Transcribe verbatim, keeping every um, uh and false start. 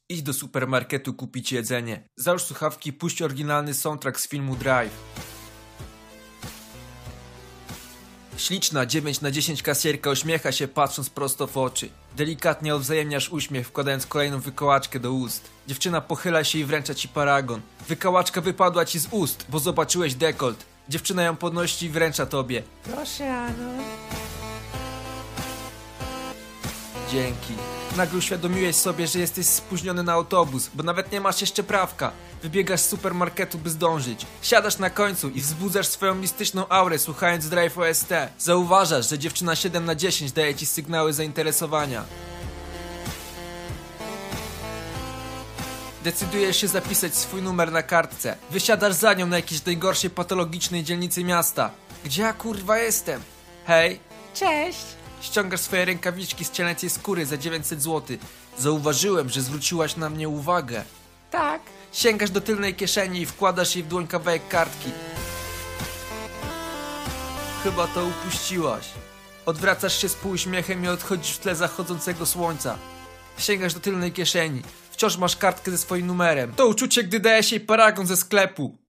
Idź do supermarketu kupić jedzenie. Załóż słuchawki i puść oryginalny soundtrack z filmu Drive. Śliczna dziewięć na dziesięć kasjerka uśmiecha się patrząc prosto w oczy. Delikatnie odwzajemniasz uśmiech, wkładając kolejną wykałaczkę do ust. Dziewczyna pochyla się i wręcza ci paragon. Wykałaczka wypadła ci z ust, bo zobaczyłeś dekolt. Dziewczyna ją podnosi i wręcza tobie. Proszę, Anu. Dzięki. Nagle uświadomiłeś sobie, że jesteś spóźniony na autobus, bo nawet nie masz jeszcze prawka. Wybiegasz z supermarketu, by zdążyć. Siadasz na końcu i wzbudzasz swoją mistyczną aurę, słuchając Drive O S T. Zauważasz, że dziewczyna siedem na dziesięć daje ci sygnały zainteresowania. Decydujesz się zapisać swój numer na kartce. Wysiadasz za nią na jakiejś najgorszej patologicznej dzielnicy miasta. Gdzie ja kurwa jestem? Hej. Cześć. Ściągasz swoje rękawiczki z cielęcej skóry za dziewięćset złotych. Zauważyłem, że zwróciłaś na mnie uwagę. Tak. Sięgasz do tylnej kieszeni i wkładasz jej w dłoń kawałek kartki. Chyba to upuściłaś. Odwracasz się z półuśmiechem i odchodzisz w tle zachodzącego słońca. Sięgasz do tylnej kieszeni. Wciąż masz kartkę ze swoim numerem. To uczucie, gdy dajesz jej paragon ze sklepu.